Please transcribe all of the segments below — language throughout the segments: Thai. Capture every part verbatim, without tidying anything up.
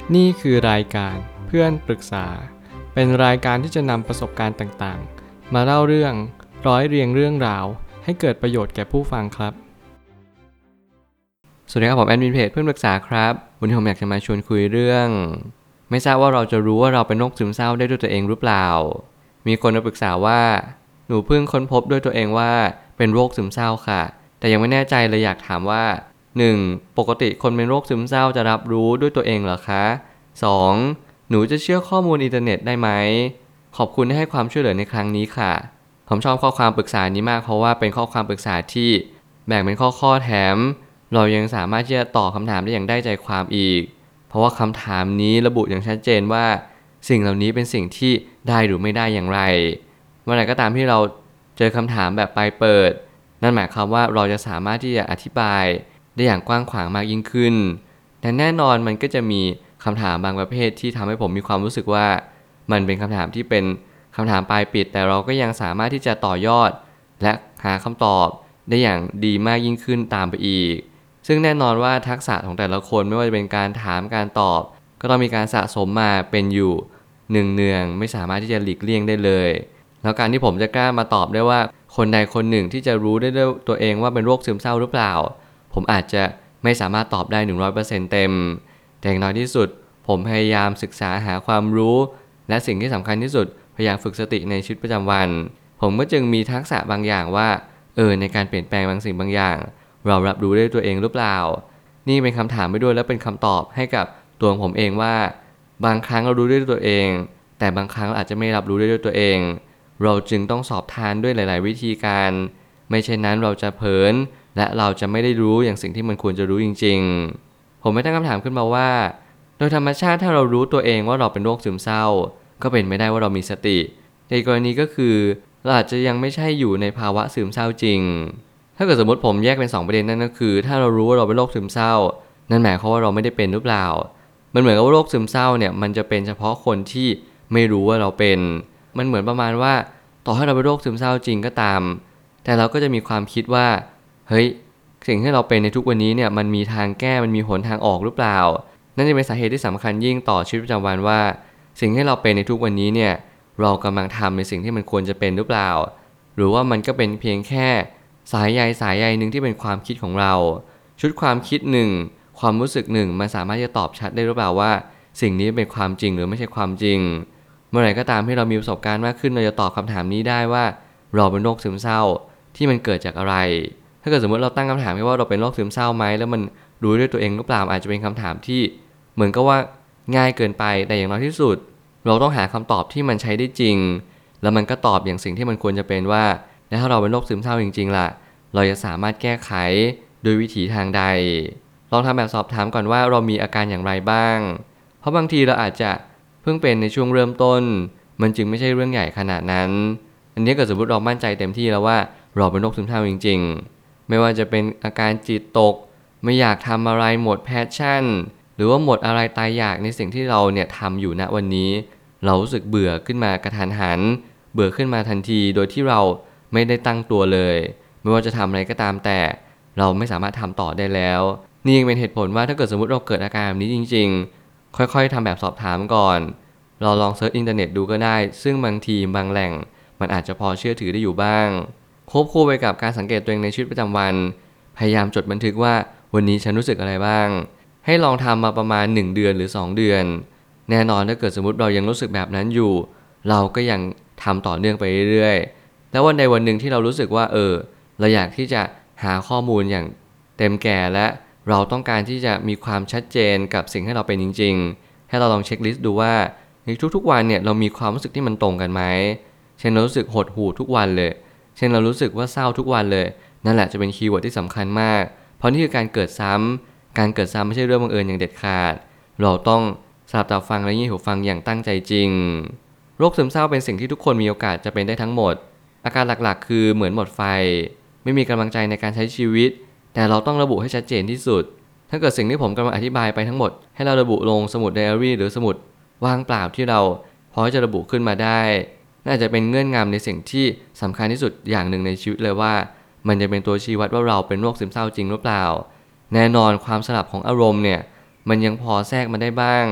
นี่คือรายการเพื่อนปรึกษาเป็นรายการที่จะนำประสบการณ์ต่างๆมาเล่าเรื่องร้อยเรียงเรื่องราวให้เกิดประโยชน์แก่ผู้ฟังครับสวัสดีครับผมแอดมินเพจเพื่อนปรึกษาครับวันนี้ผมอยากจะมาชวนคุยเรื่องไม่ทราบว่าเราจะรู้ว่าเราเป็นโรคซึมเศร้าได้ด้วยตัวเองหรือเปล่ามีคนมาปรึกษาว่าหนูเพิ่งค้นพบด้วยตัวเองว่าเป็นโรคซึมเศร้าค่ะแต่ยังไม่แน่ใจเลยอยากถามว่า หนึ่ง. ปกติคนเป็นโรคซึมเศร้าจะรับรู้ด้วยตัวเองเหรอคะ สอง. หนูจะเชื่อข้อมูลอินเทอร์เน็ตได้ไหมขอบคุณที่ให้ความช่วยเหลือในครั้งนี้ค่ะผมชอบข้อความปรึกษานี้มากเพราะว่าเป็นข้อความปรึกษาที่แบ่งเป็นข้อๆแถมเรายังสามารถที่จะตอบคำถามได้อย่างได้ใจความอีกเพราะว่าคำถามนี้ระบุอย่างชัดเจนว่าสิ่งเหล่านี้เป็นสิ่งที่ได้หรือไม่ได้อย่างไรเมื่อไหร่ก็ตามที่เราเจอคำถามแบบปลายเปิดนั่นหมายความว่าเราจะสามารถที่จะอธิบายได้อย่างกว้างขวางมากยิ่งขึ้นแต่แน่นอนมันก็จะมีคำถามบางประเภทที่ทำให้ผมมีความรู้สึกว่ามันเป็นคำถามที่เป็นคำถามปลายปิดแต่เราก็ยังสามารถที่จะต่อยอดและหาคำตอบได้อย่างดีมากยิ่งขึ้นตามไปอีกซึ่งแน่นอนว่าทักษะของแต่ละคนไม่ว่าจะเป็นการถามการตอบก็ต้องมีการสะสมมาเป็นอยู่เนืองๆไม่สามารถที่จะหลีกเลี่ยงได้เลยแล้วการที่ผมจะกล้ามาตอบได้ว่าคนใดคนหนึ่งที่จะรู้ได้ด้วยตัวเองว่าเป็นโรคซึมเศร้าหรือเปล่าผมอาจจะไม่สามารถตอบได้ หนึ่งร้อยเปอร์เซ็นต์ เต็มแต่อย่างน้อยที่สุดผมพยายามศึกษาหาความรู้และสิ่งที่สำคัญที่สุดพยายามฝึกสติในชีวิตประจำวันผมก็จึงมีทักษะบางอย่างว่าเออในการเปลี่ยนแปลงบางสิ่งบางอย่างเรารับรู้ได้ตัวเองหรือเปล่านี่เป็นคำถามไปด้วยและเป็นคำตอบให้กับตัวผมเองว่าบางครั้งเรารู้ได้ด้วยตัวเองแต่บางครั้งเราอาจจะไม่รับรู้ได้ด้วยตัวเองเราจึงต้องสอบทานด้วยหลายๆวิธีการไม่เช่นนั้นเราจะเผลอและเราจะไม่ได้รู้อย่างสิ่งที่มันควรจะรู้จริงๆผมไม่ตั้งคำถามขึ้นมาว่าโดยธรรมชาติถ้าเรารู้ตัวเองว่าเราเป็นโรคซึมเศร้าก็เป็นไม่ได้ว่าเรามีสติในกรณีก็คือเราอาจจะยังไม่ใช่อยู่ในภาวะซึมเศร้าจริงถ้าเกิดสมมติผมแยกเป็นสองประเด็นนั่นก็คือถ้าเรารู้ว่าเราเป็นโรคซึมเศร้านั่นหมายความว่าเราไม่ได้เป็นหรือเปล่ามันเหมือนกับว่าโรคซึมเศร้าเนี่ยมันจะเป็นเฉพาะคนที่ไม่รู้ว่าเราเป็นมันเหมือนประมาณว่าต่อให้เราเป็นโรคซึมเศร้าจริงก็ตามแต่เราก็จะมีความคิดว่าเฮ้ยสิ่งที่เราเป็นในทุกวันนี้เนี่ยมันมีทางแก้มันมีหนทางออกหรือเปล่านั่นจะเป็นสาเหตุที่สำคัญยิ่งต่อชีวิตประจำวันว่าสิ่งที่เราเป็นในทุกวันนี้เนี่ยเรากำลังทำในสิ่งที่มันควรจะเป็นหรือเปล่าหรือว่ามันก็เป็นเพียงแค่สายใยสายใยหนึ่งที่เป็นความคิดของเราชุดความคิดหนึ่งความรู้สึกหนึ่งมันสามารถจะตอบชัดได้หรือเปล่าว่าสิ่งนี้เป็นความจริงหรือไม่ใช่ความจริงเมื่อไหร่ก็ตามที่เรามีประสบการณ์มากขึ้นเราจะตอบคำถามนี้ได้ว่าเราเป็นโรคซึมเศร้าที่มันเกิดจากอะไรถ้าเกิดสมมติเราตั้งคำถามแค่ว่าเราเป็นโรคซึมเศร้าไหมแล้วมันรู้ด้วยตัวเองหรือเปล่าอาจจะเป็นคำถามที่เหมือนกับว่าง่ายเกินไปแต่อย่างน้อยที่สุดเราต้องหาคำตอบที่มันใช้ได้จริงแล้วมันก็ตอบอย่างสิ่งที่มันควรจะเป็นว่าแล้วถ้าเราเป็นโรคซึมเศร้าจริงๆล่ะเราจะสามารถแก้ไขโดยวิถีทางใดลองทำแบบสอบถามก่อนว่าเรามีอาการอย่างไรบ้างเพราะบางทีเราอาจจะเพิ่งเป็นในช่วงเริ่มต้นมันจึงไม่ใช่เรื่องใหญ่ขนาดนั้นอันนี้เกิดสมมติเรามั่นใจเต็มที่แล้วว่าเราเป็นโรคซึมเศร้าจริงๆไม่ว่าจะเป็นอาการจิตตกไม่อยากทำอะไรหมดแพชชั่นหรือว่าหมดอะไรตายอยากในสิ่งที่เราเนี่ยทำอยู่ณวันนี้เรารู้สึกเบื่อขึ้นมากระทันหันเบื่อขึ้นมาทันทีโดยที่เราไม่ได้ตั้งตัวเลยไม่ว่าจะทำอะไรก็ตามแต่เราไม่สามารถทำต่อได้แล้วนี่ยังเป็นเหตุผลว่าถ้าเกิดสมมติเราเกิดอาการแบบนี้จริงๆค่อยๆทำแบบสอบถามก่อนเราลองเซิร์ชอินเทอร์เน็ตดูก็ได้ซึ่งบางทีบางแหล่งมันอาจจะพอเชื่อถือได้อยู่บ้างควบคู่ไปกับการสังเกตตัวเองในชีวิตประจำวันพยายามจดบันทึกว่าวันนี้ฉันรู้สึกอะไรบ้างให้ลองทำมาประมาณหนึ่งเดือนหรือสองเดือนแน่นอนถ้าเกิดสมมติเรายังรู้สึกแบบนั้นอยู่เราก็ยังทำต่อเนื่องไปเรื่อยๆแล้ววันใดวันหนึ่งที่เรารู้สึกว่าเออเราอยากที่จะหาข้อมูลอย่างเต็มแก่และเราต้องการที่จะมีความชัดเจนกับสิ่งที่เราเป็นจริงๆให้เราลองเช็คลิสต์ดูว่าในทุกๆวันเนี่ยเรามีความรู้สึกที่มันตรงกันไหมเช่นเรารู้สึกหดหู่ทุกวันเลยเช่นเรารู้สึกว่าเศร้าทุกวันเลยนั่นแหละจะเป็นคีย์เวิร์ดที่สำคัญมากเพราะนี่คือการเกิดซ้ำการเกิดซ้ำไม่ใช่เรื่องบังเอิญอย่างเด็ดขาดเราต้องสลับตับฟังและเงี่ยหูฟังอย่างตั้งใจจริงโรคซึมเศร้าเป็นสิ่งที่ทุกคนมีโอกาสจะเป็นได้ทั้งหมดอาการหลักๆคือเหมือนหมดไฟไม่มีกำลังใจในการใช้ชีวิตแต่เราต้องระบุให้ชัดเจนที่สุดถ้าเกิดสิ่งที่ผมกำลังอธิบายไปทั้งหมดให้เราระบุลงสมุดไดอารี่หรือสมุดว่างเปล่าที่เราพอจะระบุขึ้นมาได้น่าจะเป็นเงื่อนงำในสิ่งที่สำคัญที่สุดอย่างหนึ่งในชีวิตเลยว่ามันจะเป็นตัวชี้วัดว่าเราเป็นโรคซึมเศร้าจริงหรือเปล่าแน่นอนความสลับของอารมณ์เนี่ยมันยังพอแทรกมาได้บ้าง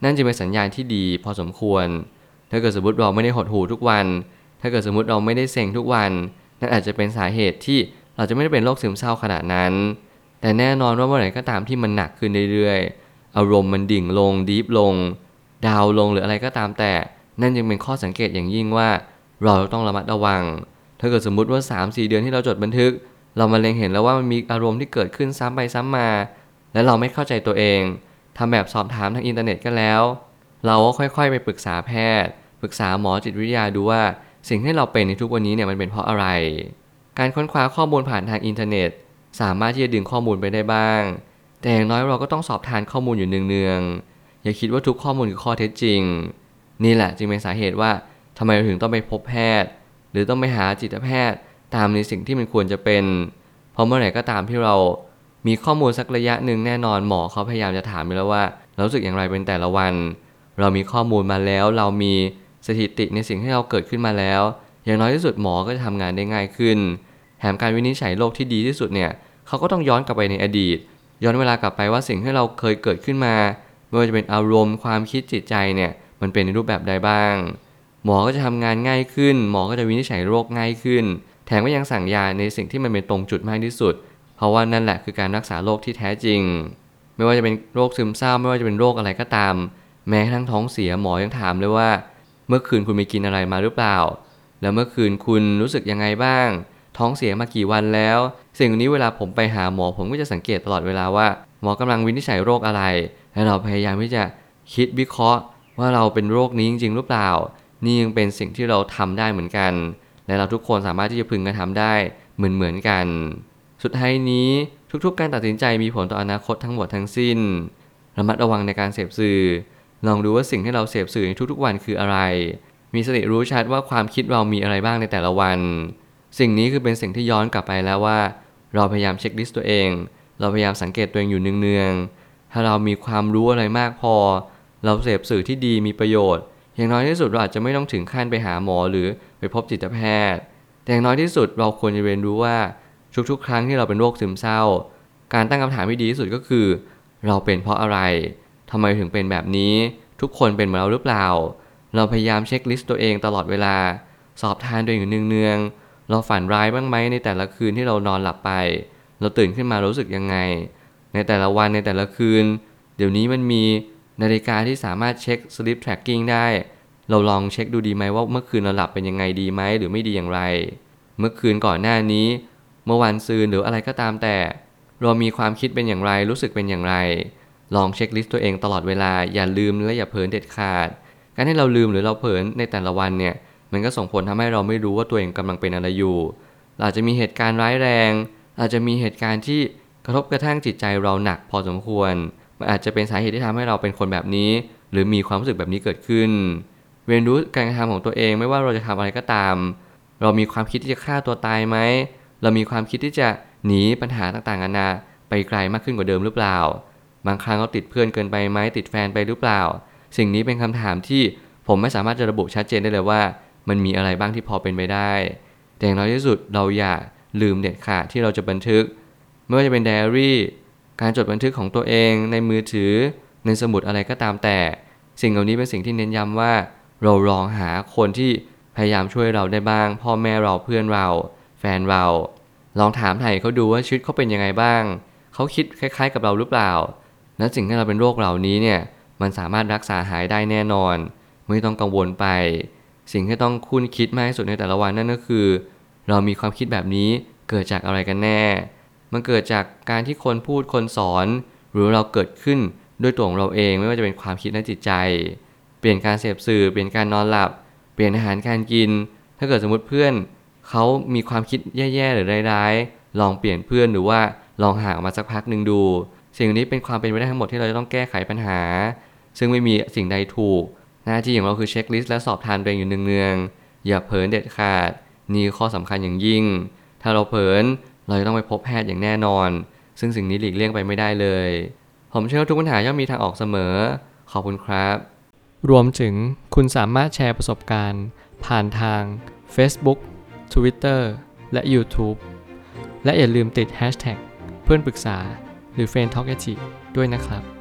นั่นจะเป็นสัญญาณที่ดีพอสมควรถ้าเกิดสมมติเราไม่ได้หดหู่ทุกวันถ้าเกิดสมมติเราไม่ได้เซ็งทุกวันนั่นอาจจะเป็นสาเหตุที่เราจะไม่ได้เป็นโรคซึมเศร้าขนาดนั้นแต่แน่นอนว่าเมื่อไหร่ก็ตามที่มันหนักขึ้นเรื่อยๆอารมณ์มันดิ่งลงดีฟลงดาวลงหรืออะไรก็ตามแต่นั่นยังเป็นข้อสังเกตอย่างยิ่งว่าเราต้องระมัดระวังถ้าเกิดสมมุติว่า สามถึงสี่ เดือนที่เราจดบันทึกเรามาเล็งเห็นแล้วว่ามันมีอารมณ์ที่เกิดขึ้นซ้ำไปซ้ำมาและเราไม่เข้าใจตัวเองทำแบบสอบถามทางอินเทอร์เน็ตก็แล้วเราก็ค่อยๆไปปรึกษาแพทย์ปรึกษาหมอจิตวิทยาดูว่าสิ่งที่เราเป็นในทุกวันนี้เนี่ยมันเป็นเพราะอะไรการค้นคว้าข้อมูลผ่านทางอินเทอร์เน็ตสามารถที่จะดึงข้อมูลไปได้บ้างแต่อย่างน้อยเราก็ต้องสอบทานข้อมูลอยู่เนืองๆอย่าคิดว่าทุกข้อมูลคือข้อเท็จจริงนี่แหละจึงเป็นสาเหตุว่าทำไมเราถึงต้องไปพบแพทย์หรือต้องไปหาจิตแพทย์ตามในสิ่งที่มันควรจะเป็นเพราะเมื่อไหร่ก็ตามที่เรามีข้อมูลสักระยะหนึ่งแน่นอนหมอเขาพยายามจะถามไปแล้วว่าเรารู้สึกอย่างไรเป็นแต่ละวันเรามีข้อมูลมาแล้วเรามีสถิติในสิ่งที่เราเกิดขึ้นมาแล้วอย่างน้อยที่สุดหมอก็จะทำงานได้ง่ายขึ้นแถมการวินิจฉัยโรคที่ดีที่สุดเนี่ยเขาก็ต้องย้อนกลับไปในอดีตย้อนเวลากลับไปว่าสิ่งที่เราเคยเกิดขึ้นมาไม่ว่าจะเป็นอารมณ์ความคิดจิตใจเนี่ยมันเป็นในรูปแบบใดบ้างหมอก็จะทำงานง่ายขึ้นหมอก็จะวินิจฉัยโรคง่ายขึ้นแถมก็ยังสั่งยาในสิ่งที่มันเป็นตรงจุดมากที่สุดเพราะว่านั่นแหละคือการรักษาโรคที่แท้จริงไม่ว่าจะเป็นโรคซึมเศร้าไม่ว่าจะเป็นโรคอะไรก็ตามแม้กระทั่งท้องเสียหมอยังถามเลยว่าเมื่อคืนคุณไปกินอะไรมาหรือเปล่าแล้วเมื่อคืนคุณรู้สึกยังไงบ้างท้องเสียมากี่วันแล้วสิ่งนี้เวลาผมไปหาหมอผมก็จะสังเกตตลอดเวลาว่าหมอกำลังวินิจฉัยโรคอะไรและเราพยายามที่จะคิดวิเคราะห์ว่าเราเป็นโรคนี้จริงๆหรือเปล่านี่ยังเป็นสิ่งที่เราทำได้เหมือนกันและเราทุกคนสามารถที่จะพึงกระทำได้เหมือนๆกันสุดท้ายนี้ทุกๆการตัดสินใจมีผลต่ออนาคตทั้งหมดทั้งสิ้นระมัดระวังในการเสพสื่อลองดูว่าสิ่งที่เราเสพสื่อในทุกๆวันคืออะไรมีสติรู้ชัดว่าความคิดเรามีอะไรบ้างในแต่ละวันสิ่งนี้คือเป็นสิ่งที่ย้อนกลับไปแล้วว่าเราพยายามเช็คลิสต์ตัวเองเราพยายามสังเกตตัวเองอยู่เนืองๆถ้าเรามีความรู้อะไรมากพอเราเสพสื่อที่ดีมีประโยชน์อย่างน้อยที่สุดเราอาจจะไม่ต้องถึงขั้นไปหาหมอหรือไปพบจิตแพทย์แต่อย่างน้อยที่สุดเราควรจะเรียนรู้ว่าทุกๆครั้งที่เราเป็นโรคซึมเศร้าการตั้งคำถามที่ดีที่สุดก็คือเราเป็นเพราะอะไรทำไมถึงเป็นแบบนี้ทุกคนเป็นเหมือนเราหรือเปล่าเราพยายามเช็คลิสต์ตัวเองตลอดเวลาสอบทานตัวเองอยู่เนืองๆเราฝันร้ายบ้างไหมในแต่ละคืนที่เรานอนหลับไปเราตื่นขึ้นมารู้สึกยังไงในแต่ละวันในแต่ละคืนเดี๋ยวนี้มันมีนาฬิกาที่สามารถเช็ค sleep tracking ได้เราลองเช็คดูดีไหมว่าเมื่อคืนเราหลับเป็นยังไงดีไหมหรือไม่ดีอย่างไรเมื่อคืนก่อนหน้านี้เมื่อวันซืนหรืออะไรก็ตามแต่เรามีความคิดเป็นอย่างไรรู้สึกเป็นอย่างไรลองเช็คลิสต์ตัวเองตลอดเวลาอย่าลืมและอย่าเผลอเด็ดขาดการที่เราลืมหรือเราเผลอในแต่ละวันเนี่ยมันก็ส่งผลทำให้เราไม่รู้ว่าตัวเองกำลังเป็นอะไรอยู่อาจจะมีเหตุการณ์ร้ายแรงอาจจะมีเหตุการณ์ที่กระทบกระทั่งจิตใจเราหนักพอสมควรมันอาจจะเป็นสาเหตุที่ทำให้เราเป็นคนแบบนี้หรือมีความรู้สึกแบบนี้เกิดขึ้นเรียนรู้การกระทำของตัวเองไม่ว่าเราจะทำอะไรก็ตามเรามีความคิดที่จะฆ่าตัวตายไหมเรามีความคิดที่จะหนีปัญหาต่างๆนานาไปไกลมากขึ้นกว่าเดิมหรือเปล่าบางครั้งเราติดเพื่อนเกินไปไหมติดแฟนไปหรือเปล่าสิ่งนี้เป็นคำถามที่ผมไม่สามารถจะระบุชัดเจนได้เลยว่ามันมีอะไรบ้างที่พอเป็นไปได้แต่อย่างน้อยที่สุดเราอย่าลืมเด็ดขาดที่เราจะบันทึกไม่ว่าจะเป็นไดอารี่การจดบันทึกของตัวเองในมือถือในสมุดอะไรก็ตามแต่สิ่งเหล่านี้เป็นสิ่งที่เน้นย้ำว่าเราลองหาคนที่พยายามช่วยเราได้บ้างพ่อแม่เราเพื่อนเราแฟนเราลองถามไถ่เขาดูว่าชีวิตเขาเป็นยังไงบ้างเขาคิดคล้ายๆกับเราหรือเปล่าและสิ่งที่เราเป็นโรคเหล่านี้เนี่ยมันสามารถรักษาหายได้แน่นอนไม่ต้องกังวลไปสิ่งที่ต้องคุ้นคิดมากที่สุดในแต่ละวันนั่นก็คือเรามีความคิดแบบนี้เกิดจากอะไรกันแน่มันเกิดจากการที่คนพูดคนสอนหรือเราเกิดขึ้นด้วยตัวของเราเองไม่ว่าจะเป็นความคิดและจิตใจเปลี่ยนการเสพสื่อเปลี่ยนการนอนหลับเปลี่ยนอาหารการกินถ้าเกิดสมมติเพื่อนเขามีความคิดแย่ๆหรือร้ายๆลองเปลี่ยนเพื่อนหรือว่าลองห่างมาสักพักหนึ่งดูสิ่งนี้เป็นความเป็นไปได้ทั้งหมดที่เราจะต้องแก้ไขปัญหาซึ่งไม่มีสิ่งใดถูกหน้าที่ของเราคือเช็คลิสต์และสอบทานตัวเองอยู่เนืองๆอย่าเผลอเด็ดขาดนี่ข้อสำคัญอย่างยิ่งถ้าเราเผลอเราจะต้องไปพบแพทย์อย่างแน่นอนซึ่งสิ่งนี้หลีกเลี่ยงไปไม่ได้เลยผมเชื่อว่าทุกปัญหาย่อมมีทางออกเสมอขอบคุณครับรวมถึงคุณสามารถแชร์ประสบการณ์ผ่านทาง Facebook Twitter และ YouTube และอย่าลืมติด แฮชแท็ก เพื่อนปรึกษาหรือ เฟรนด์ ทอล์ก ด้วยนะครับ